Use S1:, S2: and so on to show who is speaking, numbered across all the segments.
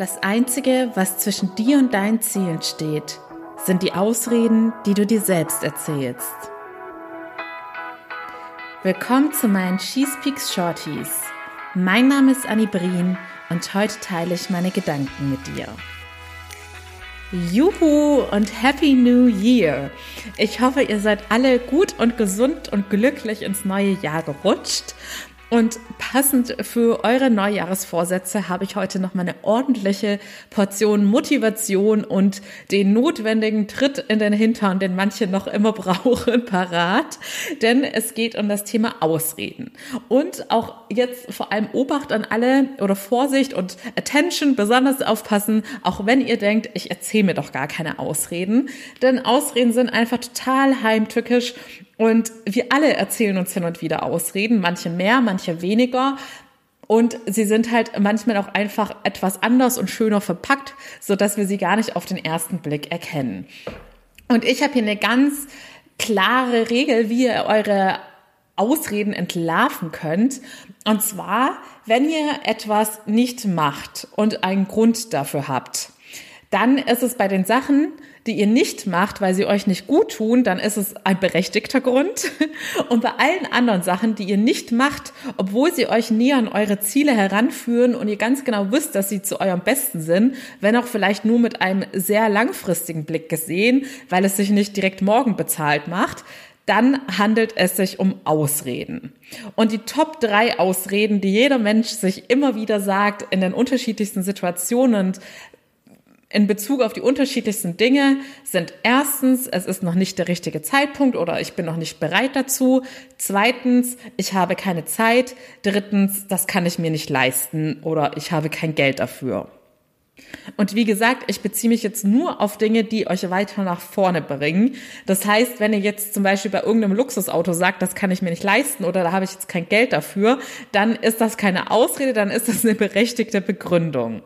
S1: Das Einzige, was zwischen dir und deinen Zielen steht, sind die Ausreden, die du dir selbst erzählst. Willkommen zu meinen Cheese Peaks Shorties. Mein Name ist Annie Brien und heute teile ich meine Gedanken mit dir. Juhu und Happy New Year! Ich hoffe, ihr seid alle gut und gesund und glücklich ins neue Jahr gerutscht. Und passend für eure Neujahresvorsätze habe ich heute noch mal eine ordentliche Portion Motivation und den notwendigen Tritt in den Hintern, den manche noch immer brauchen, parat. Denn es geht um das Thema Ausreden. Und auch jetzt vor allem Obacht an alle oder Vorsicht und Attention, besonders aufpassen, auch wenn ihr denkt, ich erzähle mir doch gar keine Ausreden. Denn Ausreden sind einfach total heimtückisch. Und wir alle erzählen uns hin und wieder Ausreden, manche mehr, manche weniger. Und sie sind halt manchmal auch einfach etwas anders und schöner verpackt, sodass wir sie gar nicht auf den ersten Blick erkennen. Und ich habe hier eine ganz klare Regel, wie ihr eure Ausreden entlarven könnt. Und zwar, wenn ihr etwas nicht macht und einen Grund dafür habt, dann ist es bei den Sachen, die ihr nicht macht, weil sie euch nicht gut tun, dann ist es ein berechtigter Grund. Und bei allen anderen Sachen, die ihr nicht macht, obwohl sie euch näher an eure Ziele heranführen und ihr ganz genau wisst, dass sie zu eurem Besten sind, wenn auch vielleicht nur mit einem sehr langfristigen Blick gesehen, weil es sich nicht direkt morgen bezahlt macht, dann handelt es sich um Ausreden. Und die Top 3 Ausreden, die jeder Mensch sich immer wieder sagt in den unterschiedlichsten Situationen und in Bezug auf die unterschiedlichsten Dinge sind erstens, es ist noch nicht der richtige Zeitpunkt oder ich bin noch nicht bereit dazu. Zweitens, ich habe keine Zeit. Drittens, das kann ich mir nicht leisten oder ich habe kein Geld dafür. Und wie gesagt, ich beziehe mich jetzt nur auf Dinge, die euch weiter nach vorne bringen. Das heißt, wenn ihr jetzt zum Beispiel bei irgendeinem Luxusauto sagt, das kann ich mir nicht leisten oder da habe ich jetzt kein Geld dafür, dann ist das keine Ausrede, dann ist das eine berechtigte Begründung.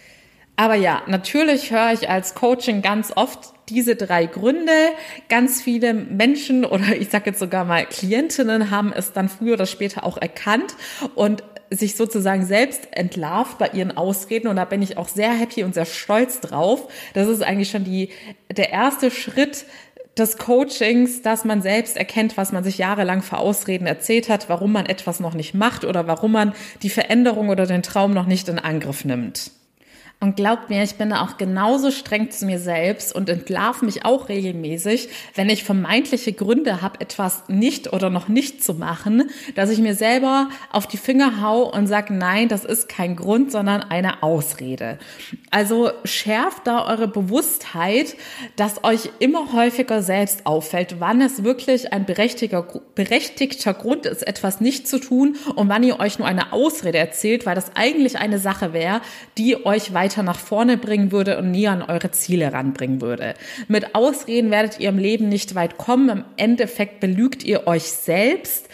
S1: Aber ja, natürlich höre ich als Coaching ganz oft diese 3 Gründe. Ganz viele Menschen oder ich sage jetzt sogar mal Klientinnen haben es dann früher oder später auch erkannt und sich sozusagen selbst entlarvt bei ihren Ausreden. Und da bin ich auch sehr happy und sehr stolz drauf. Das ist eigentlich schon der erste Schritt des Coachings, dass man selbst erkennt, was man sich jahrelang für Ausreden erzählt hat, warum man etwas noch nicht macht oder warum man die Veränderung oder den Traum noch nicht in Angriff nimmt. Und glaubt mir, ich bin da auch genauso streng zu mir selbst und entlarve mich auch regelmäßig, wenn ich vermeintliche Gründe habe, etwas nicht oder noch nicht zu machen, dass ich mir selber auf die Finger hau und sage, nein, das ist kein Grund, sondern eine Ausrede. Also schärft da eure Bewusstheit, dass euch immer häufiger selbst auffällt, wann es wirklich ein berechtigter Grund ist, etwas nicht zu tun und wann ihr euch nur eine Ausrede erzählt, weil das eigentlich eine Sache wäre, die euch weiter nach vorne bringen würde und näher an eure Ziele ranbringen würde. Mit Ausreden werdet ihr im Leben nicht weit kommen. Im Endeffekt belügt ihr euch selbst.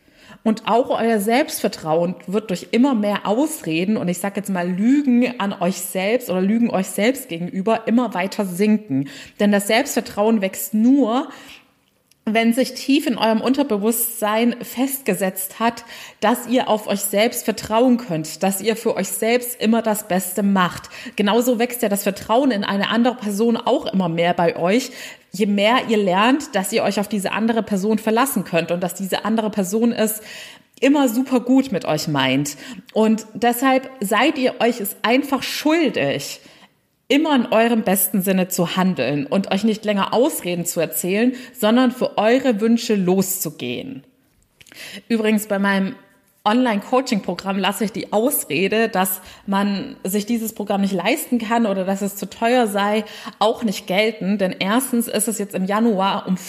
S1: Und auch euer Selbstvertrauen wird durch immer mehr Ausreden und ich sage jetzt mal Lügen an euch selbst oder Lügen euch selbst gegenüber immer weiter sinken. Denn das Selbstvertrauen wächst nur, wenn sich tief in eurem Unterbewusstsein festgesetzt hat, dass ihr auf euch selbst vertrauen könnt, dass ihr für euch selbst immer das Beste macht. Genauso wächst ja das Vertrauen in eine andere Person auch immer mehr bei euch, je mehr ihr lernt, dass ihr euch auf diese andere Person verlassen könnt und dass diese andere Person es immer super gut mit euch meint. Und deshalb seid ihr euch es einfach schuldig, immer in eurem besten Sinne zu handeln und euch nicht länger Ausreden zu erzählen, sondern für eure Wünsche loszugehen. Übrigens bei meinem Online-Coaching-Programm lasse ich die Ausrede, dass man sich dieses Programm nicht leisten kann oder dass es zu teuer sei, auch nicht gelten. Denn erstens ist es jetzt im Januar um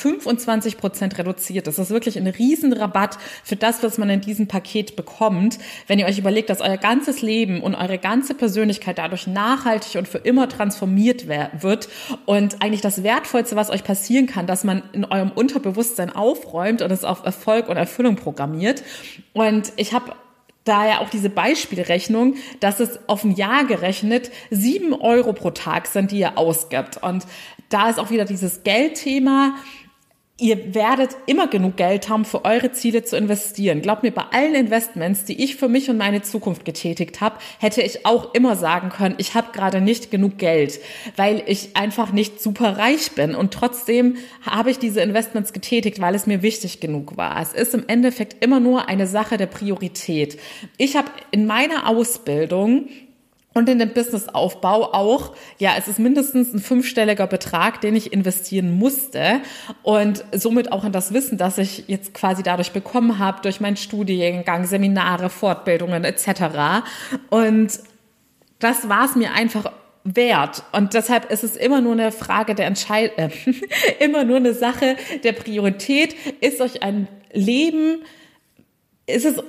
S1: 25% reduziert. Das ist wirklich ein Riesenrabatt für das, was man in diesem Paket bekommt. Wenn ihr euch überlegt, dass euer ganzes Leben und eure ganze Persönlichkeit dadurch nachhaltig und für immer transformiert wird und eigentlich das Wertvollste, was euch passieren kann, dass man in eurem Unterbewusstsein aufräumt und es auf Erfolg und Erfüllung programmiert. Und ich habe da ja auch diese Beispielrechnung, dass es auf ein Jahr gerechnet 7 Euro pro Tag sind, die ihr ausgibt. Und da ist auch wieder dieses Geldthema. Ihr werdet immer genug Geld haben, für eure Ziele zu investieren. Glaubt mir, bei allen Investments, die ich für mich und meine Zukunft getätigt habe, hätte ich auch immer sagen können, ich habe gerade nicht genug Geld, weil ich einfach nicht super reich bin. Und trotzdem habe ich diese Investments getätigt, weil es mir wichtig genug war. Es ist im Endeffekt immer nur eine Sache der Priorität. Ich habe in meiner Ausbildung und in dem Businessaufbau auch, ja, es ist mindestens ein 5-stelliger Betrag, den ich investieren musste und somit auch in das Wissen, das ich jetzt quasi dadurch bekommen habe, durch meinen Studiengang, Seminare, Fortbildungen etc. Und das war es mir einfach wert. Und deshalb ist es immer nur eine Frage der immer nur eine Sache der Priorität. Ist euch ein Leben, ist es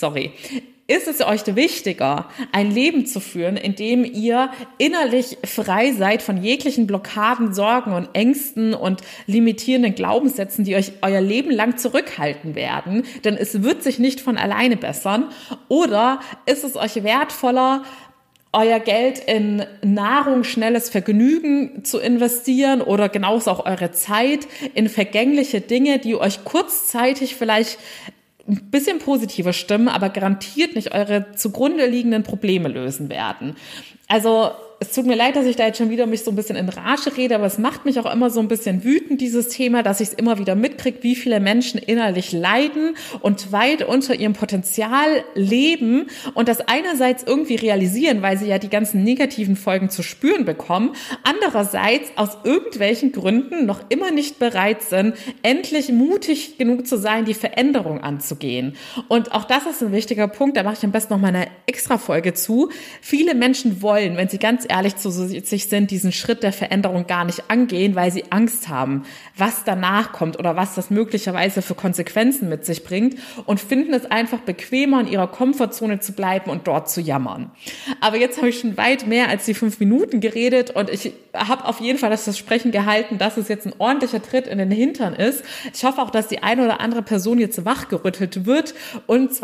S1: euch wichtiger, ein Leben zu führen, in dem ihr innerlich frei seid von jeglichen Blockaden, Sorgen und Ängsten und limitierenden Glaubenssätzen, die euch euer Leben lang zurückhalten werden, denn es wird sich nicht von alleine bessern? Oder ist es euch wertvoller, euer Geld in Nahrung, schnelles Vergnügen zu investieren oder genauso auch eure Zeit in vergängliche Dinge, die euch kurzzeitig vielleicht ein bisschen positiver stimmen, aber garantiert nicht eure zugrunde liegenden Probleme lösen werden. Also es tut mir leid, dass ich da jetzt schon wieder mich so ein bisschen in Rage rede, aber es macht mich auch immer so ein bisschen wütend, dieses Thema, dass ich es immer wieder mitkriege, wie viele Menschen innerlich leiden und weit unter ihrem Potenzial leben und das einerseits irgendwie realisieren, weil sie ja die ganzen negativen Folgen zu spüren bekommen, andererseits aus irgendwelchen Gründen noch immer nicht bereit sind, endlich mutig genug zu sein, die Veränderung anzugehen. Und auch das ist ein wichtiger Punkt, da mache ich am besten noch mal eine Extra-Folge zu. Viele Menschen wollen, wenn sie ganz ehrlich zu sich sind, diesen Schritt der Veränderung gar nicht angehen, weil sie Angst haben, was danach kommt oder was das möglicherweise für Konsequenzen mit sich bringt und finden es einfach bequemer, in ihrer Komfortzone zu bleiben und dort zu jammern. Aber jetzt habe ich schon weit mehr als die 5 Minuten geredet und ich habe auf jeden Fall das Versprechen gehalten, dass es jetzt ein ordentlicher Tritt in den Hintern ist. Ich hoffe auch, dass die eine oder andere Person jetzt wachgerüttelt wird und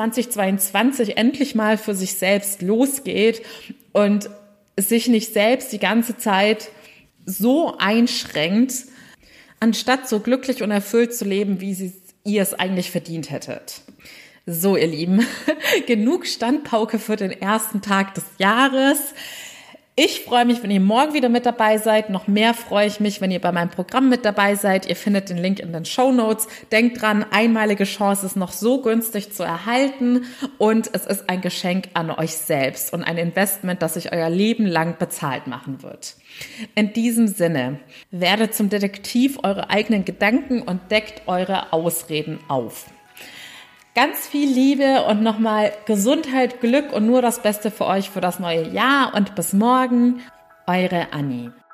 S1: 2022 endlich mal für sich selbst losgeht und sich nicht selbst die ganze Zeit so einschränkt, anstatt so glücklich und erfüllt zu leben, wie ihr es eigentlich verdient hättet. So, ihr Lieben, genug Standpauke für den ersten Tag des Jahres. Ich freue mich, wenn ihr morgen wieder mit dabei seid. Noch mehr freue ich mich, wenn ihr bei meinem Programm mit dabei seid. Ihr findet den Link in den Shownotes. Denkt dran, einmalige Chance ist noch so günstig zu erhalten und es ist ein Geschenk an euch selbst und ein Investment, das sich euer Leben lang bezahlt machen wird. In diesem Sinne, werdet zum Detektiv eurer eigenen Gedanken und deckt eure Ausreden auf. Ganz viel Liebe und nochmal Gesundheit, Glück und nur das Beste für euch für das neue Jahr und bis morgen, eure Anni.